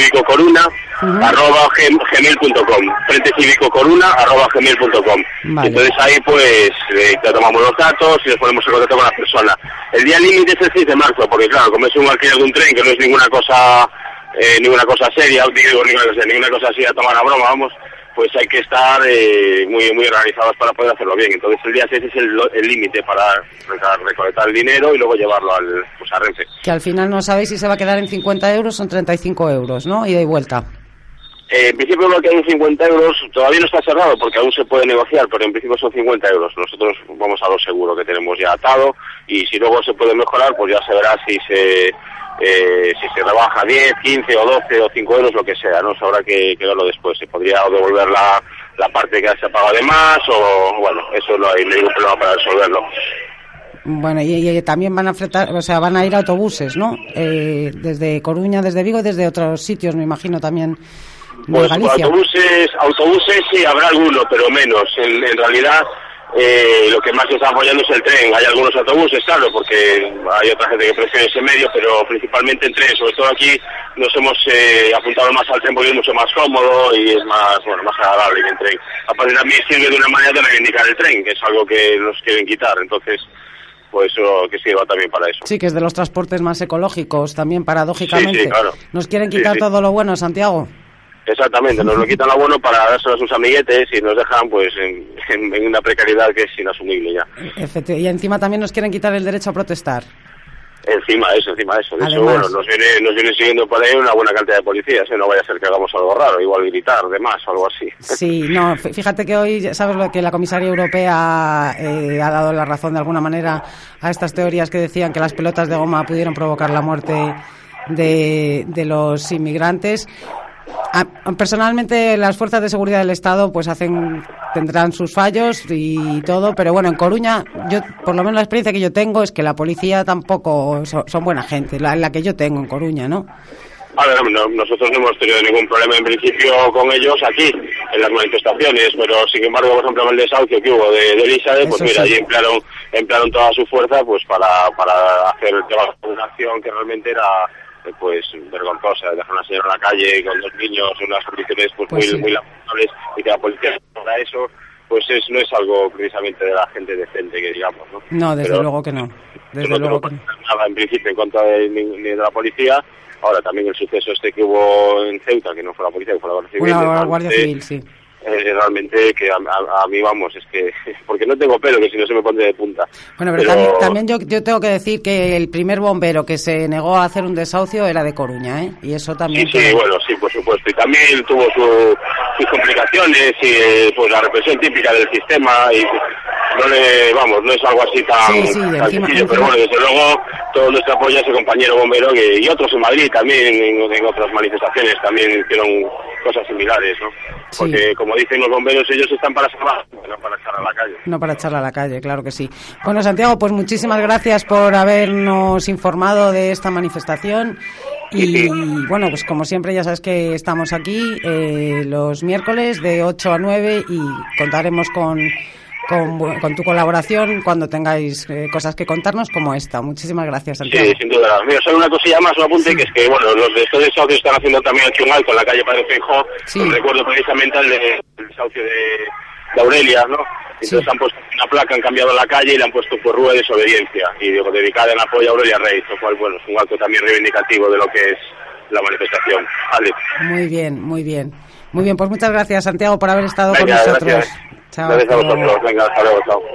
frentecívicocoruna@gmail.com, frentecívicocoruna@gmail.com. Vale. Entonces ahí pues te tomamos los datos y nos ponemos en contacto con la persona. El día límite es el 6 de marzo, porque claro, como es un alquiler de un tren, que no es ninguna cosa seria, ninguna cosa así a tomar a broma, vamos, pues hay que estar muy organizados para poder hacerlo bien. Entonces el día 6 es el límite para recolectar el dinero y luego llevarlo a Renfe. Que al final no sabéis si se va a quedar en 50 euros o en 35 euros, ¿no? Ida y vuelta. En principio lo que hay en 50 euros, todavía no está cerrado porque aún se puede negociar, pero en principio son 50 euros. Nosotros vamos a lo seguro que tenemos ya atado, y si luego se puede mejorar, pues ya se verá si se rebaja 10, 15 o 12 o 5 euros, lo que sea, ¿no? Se habrá que verlo después. Se podría devolver la parte que se ha pagado de más, o bueno, eso no hay ningún problema para resolverlo. Bueno, y también van a fletar, o sea, van a ir autobuses, ¿no? Desde Coruña, desde Vigo y desde otros sitios, me imagino también. Pues Galicia. autobuses sí, habrá alguno, pero menos. En realidad, lo que más se está apoyando es el tren. Hay algunos autobuses, claro, porque hay otra gente que prefiere ese medio, pero principalmente el tren. Sobre todo aquí nos hemos apuntado más al tren porque es mucho más cómodo y es más agradable que el tren. Aparte también sirve de una manera de reivindicar el tren, que es algo que nos quieren quitar. Entonces, pues eso que sirva también para eso. Sí, que es de los transportes más ecológicos también, paradójicamente. Sí, claro. Nos quieren quitar todo lo bueno, Santiago. Exactamente, nos lo quitan lo bueno para dárselo a sus amiguetes y nos dejan pues en una precariedad que es inasumible ya. Y encima también nos quieren quitar el derecho a protestar. Encima de eso. De Además, hecho, bueno, nos viene siguiendo por ahí una buena cantidad de policías, no vaya a ser que hagamos algo raro, igual gritar, demás, o algo así. Sí, no, fíjate que hoy, ¿sabes lo que la comisaria europea ha dado la razón de alguna manera a estas teorías que decían que las pelotas de goma pudieron provocar la muerte de los inmigrantes? Personalmente, las fuerzas de seguridad del Estado pues tendrán sus fallos y todo, pero bueno, en Coruña, yo por lo menos la experiencia que yo tengo es que la policía tampoco son buena gente, la que yo tengo en Coruña, ¿no? A ver, nosotros no hemos tenido ningún problema en principio con ellos aquí, en las manifestaciones, pero sin embargo, por ejemplo, el desahucio que hubo de Elizabeth, pues mira, allí emplearon toda su fuerza pues para hacer una acción que realmente era pues vergonzosa, dejar a una señora en la calle con 2 niños en unas condiciones muy lamentables, y que la policía para eso pues no es algo precisamente de la gente decente, que digamos, ¿no? No, desde luego que no. Desde luego que no. Nada en principio en contra ni de la policía. Ahora también el suceso que hubo en Ceuta, que no fue la policía, que fue la Guardia Civil. La Guardia Civil, sí. Realmente que a mí, vamos, es que porque no tengo pelo, que si no se me pone de punta. Bueno, pero también yo tengo que decir que el primer bombero que se negó a hacer un desahucio era de Coruña, ¿eh? Y eso también... Sí, bueno, sí, por supuesto. Y también tuvo sus complicaciones y pues la represión típica del sistema y no es algo así tan sencillo, pero bueno, desde luego todo nuestro apoyo a ese compañero bombero y otros en Madrid también, en otras manifestaciones también hicieron cosas similares, ¿no? Porque como dicen los bomberos, ellos están para salvar, no para echarla a la calle. No para echarla a la calle, claro que sí. Bueno, Santiago, pues muchísimas gracias por habernos informado de esta manifestación. Y bueno, pues como siempre ya sabes que estamos aquí los miércoles de 8 a 9 y contaremos con tu colaboración cuando tengáis cosas que contarnos como esta. Muchísimas gracias, Santiago. Sí, sin duda. Mira, solo una cosilla más, un apunte, que es que, bueno, los de estos desahucios están haciendo también el chungal con la calle Padre Feijó. Recuerdo precisamente el desahucio de Aurelia, ¿no? Entonces han puesto una placa, han cambiado la calle y le han puesto por Rúa de Desobediencia, y digo, dedicada en apoyo a Aurelia Reyes, lo cual, bueno, es un acto también reivindicativo de lo que es la manifestación. Vale. Muy bien, muy bien. Muy bien, pues muchas gracias, Santiago, por haber estado con nosotros. Gracias. Chao. Gracias a vosotros. Venga, hasta luego, chao.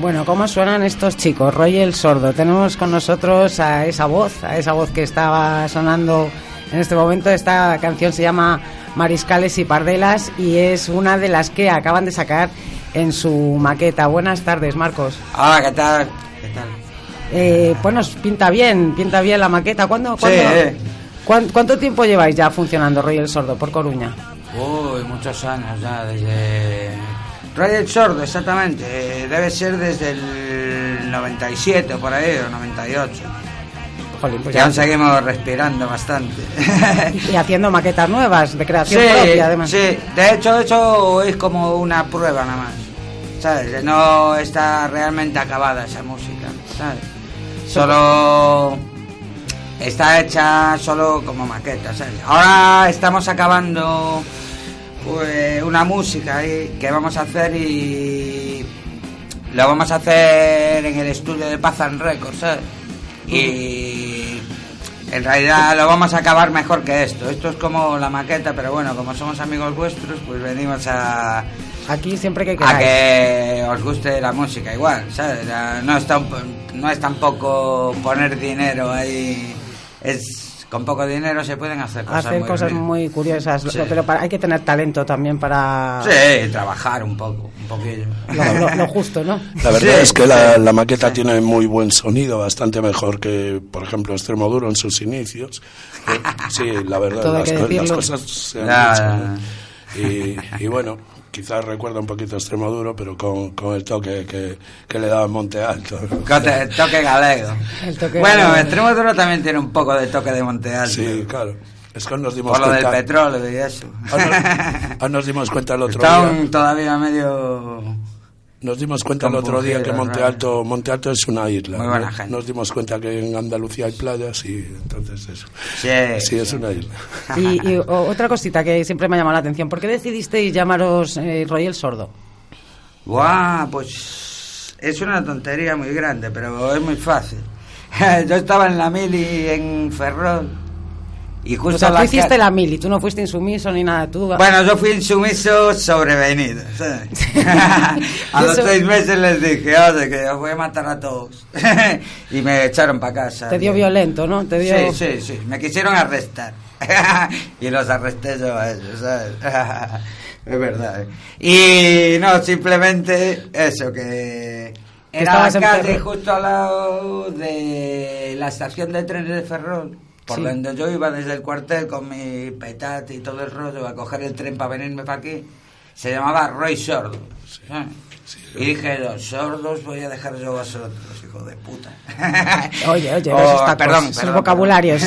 Bueno, ¿cómo suenan estos chicos? Roy el Sordo. Tenemos con nosotros a esa voz que estaba sonando en este momento. Esta canción se llama Mariscales y Pardelas y es una de las que acaban de sacar en su maqueta. Buenas tardes, Marcos. Hola, ¿qué tal? Bueno, pinta bien la maqueta. ¿Cuánto tiempo lleváis ya funcionando Roy el Sordo por Coruña? Uy, muchos años ya, desde... Roy el Sordo, exactamente, debe ser desde el 97 o por ahí, o 98. Jolín, pues ya aún seguimos respirando bastante. Y haciendo maquetas nuevas, de creación propia, además. Sí, de hecho eso es como una prueba nada más, ¿sabes? No está realmente acabada esa música, ¿sabes? Solo... está hecha solo como maqueta, ¿sabes? Ahora estamos acabando pues una música ahí que vamos a hacer y lo vamos a hacer en el estudio de Paz and Records, ¿sabes? Y en realidad lo vamos a acabar mejor que esto. Esto es como la maqueta, pero bueno, como somos amigos vuestros, pues venimos a... Aquí siempre que queráis. A que os guste la música igual, ¿sabes? No es tampoco poner dinero ahí. Con poco dinero se pueden hacer cosas muy curiosas, sí. Pero hay que tener talento también para... Sí, trabajar un poquillo. Lo justo, ¿no? La verdad es que la maqueta tiene muy buen sonido, bastante mejor que, por ejemplo, Extremoduro en sus inicios. Sí, la verdad, las cosas se han dicho, ¿no? Y bueno, quizás recuerda un poquito a Extremoduro, pero con el toque que le daba en Monte Alto. El toque galego. Bueno, Extremoduro también tiene un poco de toque de Monte Alto. Sí, claro. Es que nos dimos cuenta. Por lo cuenta, del petróleo y eso. Nos dimos cuenta el otro día. Están todavía medio... Nos dimos cuenta el otro día que Monte Alto es una isla. Muy buena gente. Nos dimos cuenta que en Andalucía hay playas y entonces eso. Sí, es una isla. Y otra cosita que siempre me ha llamado la atención. ¿Por qué decidisteis llamaros Roy el Sordo? Guau, pues es una tontería muy grande, pero es muy fácil. Yo estaba en la mili en Ferrol. Y justo o sea, tú hiciste la mili, tú no fuiste insumiso ni nada, tú... Bueno, yo fui insumiso sobrevenido, ¿sabes? A los 6 meses les dije, oye, que os voy a matar a todos. Y me echaron para casa. Te dio violento, ¿no? Sí, me quisieron arrestar. Y los arresté yo a ellos, ¿sabes? Es verdad. Y no, simplemente eso, que... Era la calle justo al lado de la estación de trenes de Ferrol. Por donde yo iba desde el cuartel con mi petate y todo el rollo a coger el tren para venirme para aquí, se llamaba Roy Sordo. Y dije, los sordos voy a dejar yo a vosotros, hijo de puta. Oye, esos vocabularios.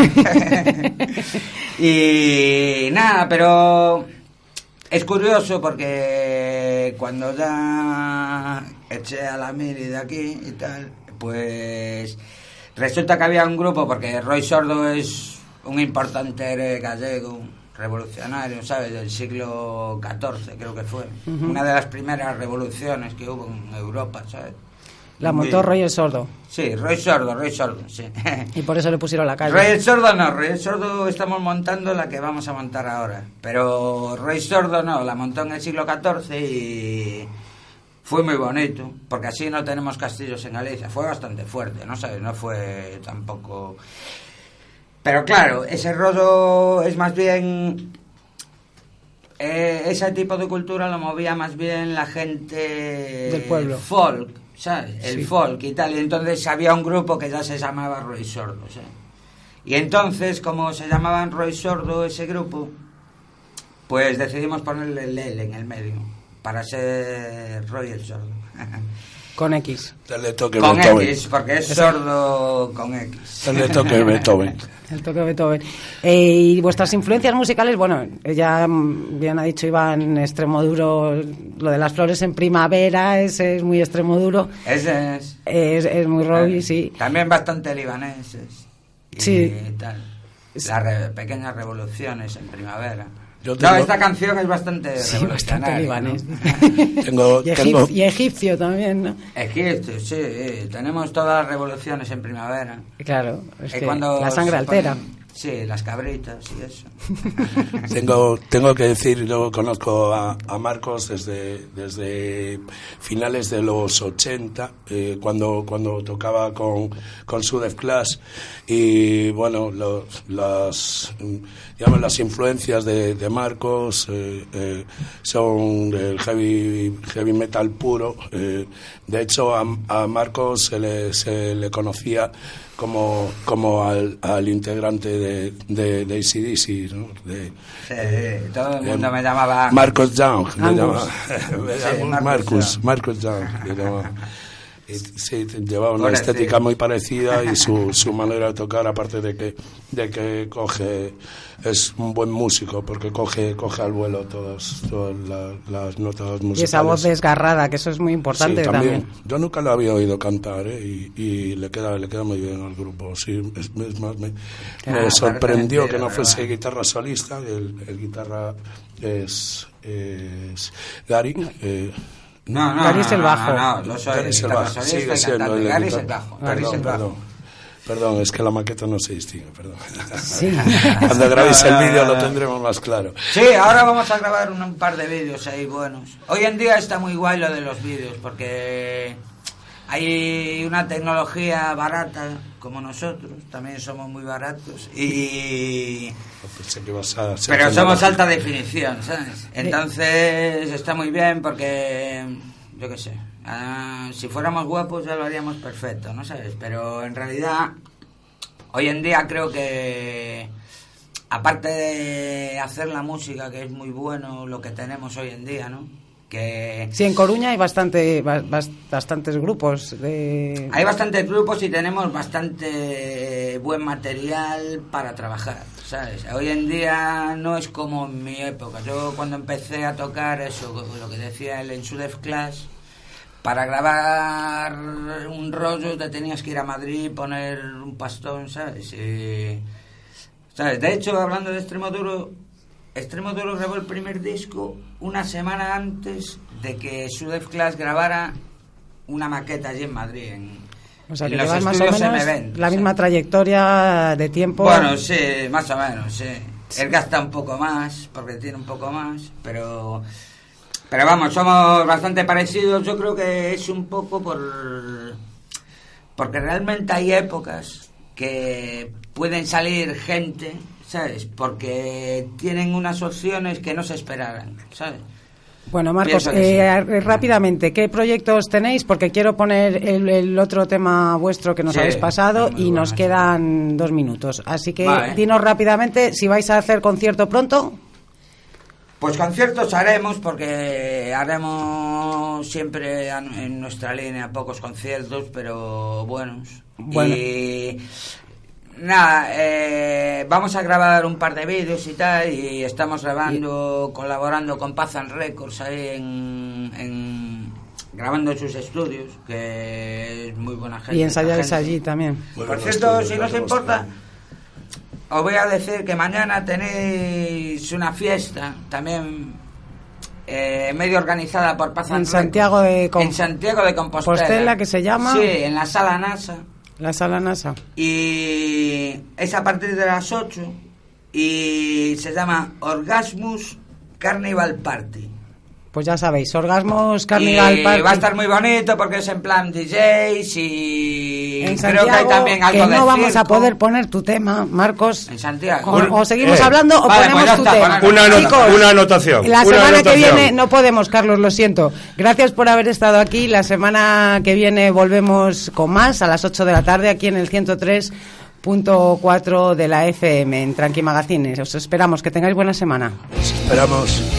Y nada, pero es curioso porque cuando ya eché a la mili de aquí y tal, pues... Resulta que había un grupo, porque Roy Sordo es un importante gallego revolucionario, ¿sabes? Del siglo XIV, creo que fue. Una de las primeras revoluciones que hubo en Europa, ¿sabes? La montó Roy el Sordo. Sí, Roy Sordo, sí. Y por eso le pusieron la calle. Roy el Sordo estamos montando la que vamos a montar ahora. Pero Roy Sordo no, la montó en el siglo XIV y... Fue muy bonito, porque así no tenemos castillos en Galicia. Fue bastante fuerte, ¿no sabes? No fue tampoco... Pero claro, ese rollo es más bien... ese tipo de cultura lo movía más bien la gente... Del pueblo. Folk, ¿sabes? El folk y tal. Y entonces había un grupo que ya se llamaba Roy Sordo, ¿sabes? Y entonces, como se llamaban Roy Sordo ese grupo, pues decidimos ponerle el L en el medio. Para ser Roy el Sordo. Con X. Dale toque con Beethoven. X, porque es sordo con X. Dale toque Beethoven. El toque Beethoven. Y vuestras influencias musicales, bueno, ya bien ha dicho Iván, Extremoduro, lo de las flores en primavera, ese es muy Extremoduro. Ese es muy Roy, sí. También bastante libaneses. Sí. Y tal. Las pequeñas revoluciones en primavera. No, esta canción es bastante revolucionaria, libanés. ¿no? Y egipcio también, ¿no? Egipcio, sí. Tenemos todas las revoluciones en primavera. Claro, es que cuando la sangre altera. Sí, las cabritas y eso. Tengo que decir, yo conozco a Marcos desde finales de los 80, cuando tocaba con Sudef Clash, y bueno, las influencias de Marcos son el heavy metal puro. De hecho, a Marcos se le conocía como al integrante de AC/DC, ¿no? Todo el mundo me llamaba Marcos Young, Marcos Young, sí, llevaba una estética muy parecida, y su manera de tocar, aparte de que es un buen músico, porque coge al vuelo todas las notas musicales. Y esa voz desgarrada, que eso es muy importante. Sí, también. Yo nunca la había oído cantar, y le queda muy bien al grupo. Sí, es más, me sorprendió que no fuese guitarra solista. El guitarra es Gary. No, Gary es el bajo. No, Gary es el bajo. Sigue siendo Gary es el bajo. Perdón, es que la maqueta no se distingue, perdón. Sí. Cuando grabéis el vídeo lo tendremos más claro. Sí, ahora vamos a grabar un par de vídeos ahí buenos. Hoy en día está muy guay lo de los vídeos, porque hay una tecnología barata, como nosotros, también somos muy baratos, pero somos alta definición, ¿sabes? Entonces está muy bien, porque yo qué sé, si fuéramos guapos ya lo haríamos perfecto, ¿no sabes? Pero en realidad hoy en día creo que, aparte de hacer la música, que es muy bueno lo que tenemos hoy en día, ¿no? Que sí, en Coruña hay bastantes grupos hay bastantes grupos, y tenemos bastante buen material para trabajar, ¿sabes? Hoy en día no es como en mi época. Yo cuando empecé a tocar eso, lo que decía él en Sudef Clash, para grabar un rollo te tenías que ir a Madrid, poner un pastón, ¿sabes? ¿Sabes? De hecho, hablando de Extremo Duro grabó el primer disco una semana antes de que Sudef Clash grabara una maqueta allí en Madrid, o sea, que llevas más o menos la misma trayectoria de tiempo. Bueno, sí, más o menos, sí. Él gasta un poco más, porque tiene un poco más, pero vamos, somos bastante parecidos. Yo creo que es un poco porque realmente hay épocas que pueden salir gente, ¿sabes? Porque tienen unas opciones que no se esperaran, ¿sabes? Bueno, Marcos, rápidamente, ¿qué proyectos tenéis? Porque quiero poner el otro tema vuestro que nos habéis pasado, y nos quedan 2 minutos. Así que dinos rápidamente si vais a hacer concierto pronto. Pues conciertos haremos, porque haremos siempre en nuestra línea pocos conciertos, pero buenos. Bueno. Y nada, vamos a grabar un par de vídeos y tal, y estamos colaborando con Pazan Records ahí grabando en sus estudios, que es muy buena gente. Y ensayáis allí también. Por cierto, si no os importa, os voy a decir que mañana tenéis una fiesta también medio organizada por Pazan Records. En Santiago de Compostela, que se llama... Sí, en la Sala NASA. La Sala NASA. Y es a partir de las 8, y se llama Orgasmus Carnival Party. Pues ya sabéis, Orgasmus Carnival Party. Va a estar muy bonito, porque es en plan DJs, y en Santiago, creo que hay también algo que no vamos circo. A poder poner tu tema, Marcos. En Santiago. O seguimos hablando, o ponemos pues tu tema. Una anotación. La semana que viene no podemos, Carlos, lo siento. Gracias por haber estado aquí. La semana que viene volvemos con más, a las 8 de la tarde, aquí en el 103.4 de la FM, en Tranqui Magazines. Os esperamos. Que tengáis buena semana. Os esperamos.